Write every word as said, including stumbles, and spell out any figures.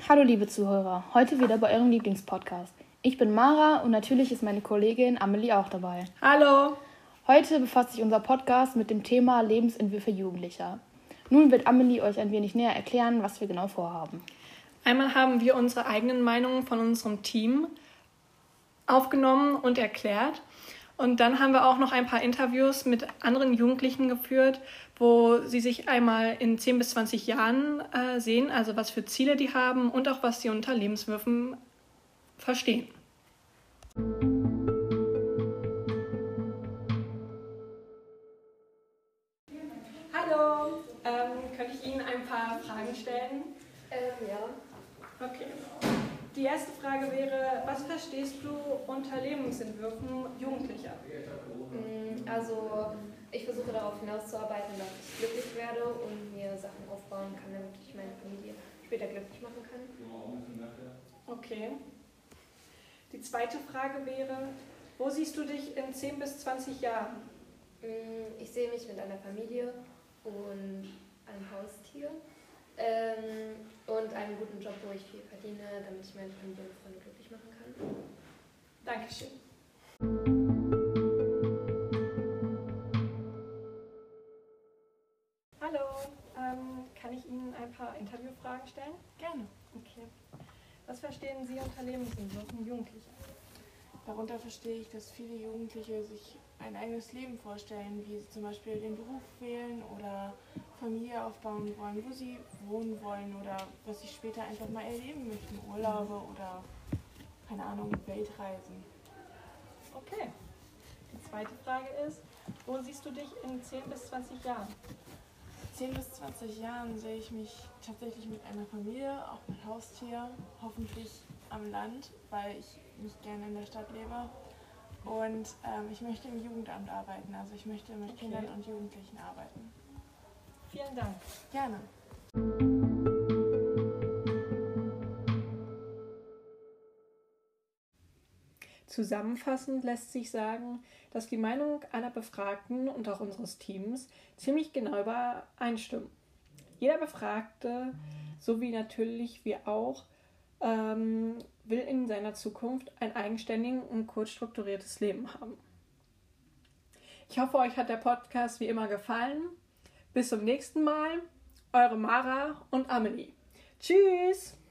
Hallo liebe Zuhörer, heute wieder bei eurem Lieblingspodcast. Ich bin Mara und natürlich ist meine Kollegin Amelie auch dabei. Hallo! Heute befasst sich unser Podcast mit dem Thema Lebensentwürfe Jugendlicher. Nun wird Amelie euch ein wenig näher erklären, was wir genau vorhaben. Einmal haben wir unsere eigenen Meinungen von unserem Team aufgenommen und erklärt. Und dann haben wir auch noch ein paar Interviews mit anderen Jugendlichen geführt, wo sie sich einmal in zehn bis zwanzig Jahren äh, sehen, also was für Ziele die haben und auch was sie unter Lebenswürfen verstehen. Hallo, ähm, könnte ich Ihnen ein paar Fragen stellen? Ähm, ja. Okay. Die erste Frage wäre, was verstehst du unter Lebensentwürfen Jugendlicher? Also ich versuche darauf hinauszuarbeiten, dass ich glücklich werde und mir Sachen aufbauen kann, damit ich meine Familie später glücklich machen kann. Okay. Die zweite Frage wäre, wo siehst du dich in zehn bis zwanzig Jahren? Ich sehe mich mit einer Familie und einem Haustier. Ähm, und einen guten Job, wo ich viel verdiene, damit ich meine Familie und Freunde glücklich machen kann. Dankeschön. Hallo, ähm, kann ich Ihnen ein paar Interviewfragen stellen? Gerne. Okay. Was verstehen Sie unter Lebensentwürfen Jugendlicher? Darunter verstehe ich, dass viele Jugendliche sich ein eigenes Leben vorstellen, wie sie zum Beispiel den Beruf wählen oder Familie aufbauen wollen, wo sie wohnen wollen oder was sie später einfach mal erleben möchten, Urlaube oder, keine Ahnung, Weltreisen. Okay. Die zweite Frage ist, wo siehst du dich in zehn bis zwanzig Jahren? In zehn bis zwanzig Jahren sehe ich mich tatsächlich mit einer Familie, auch mit Haustier, hoffentlich am Land, weil ich nicht gerne in der Stadt lebe. Und ähm, ich möchte im Jugendamt arbeiten, also ich möchte mit Okay. Kindern und Jugendlichen arbeiten. Vielen Dank. Gerne. Zusammenfassend lässt sich sagen, dass die Meinung aller Befragten und auch unseres Teams ziemlich genau übereinstimmen. Jeder Befragte, sowie natürlich wir auch, ähm, will in seiner Zukunft ein eigenständiges und kurz strukturiertes Leben haben. Ich hoffe, euch hat der Podcast wie immer gefallen. Bis zum nächsten Mal. Eure Mara und Amelie. Tschüss!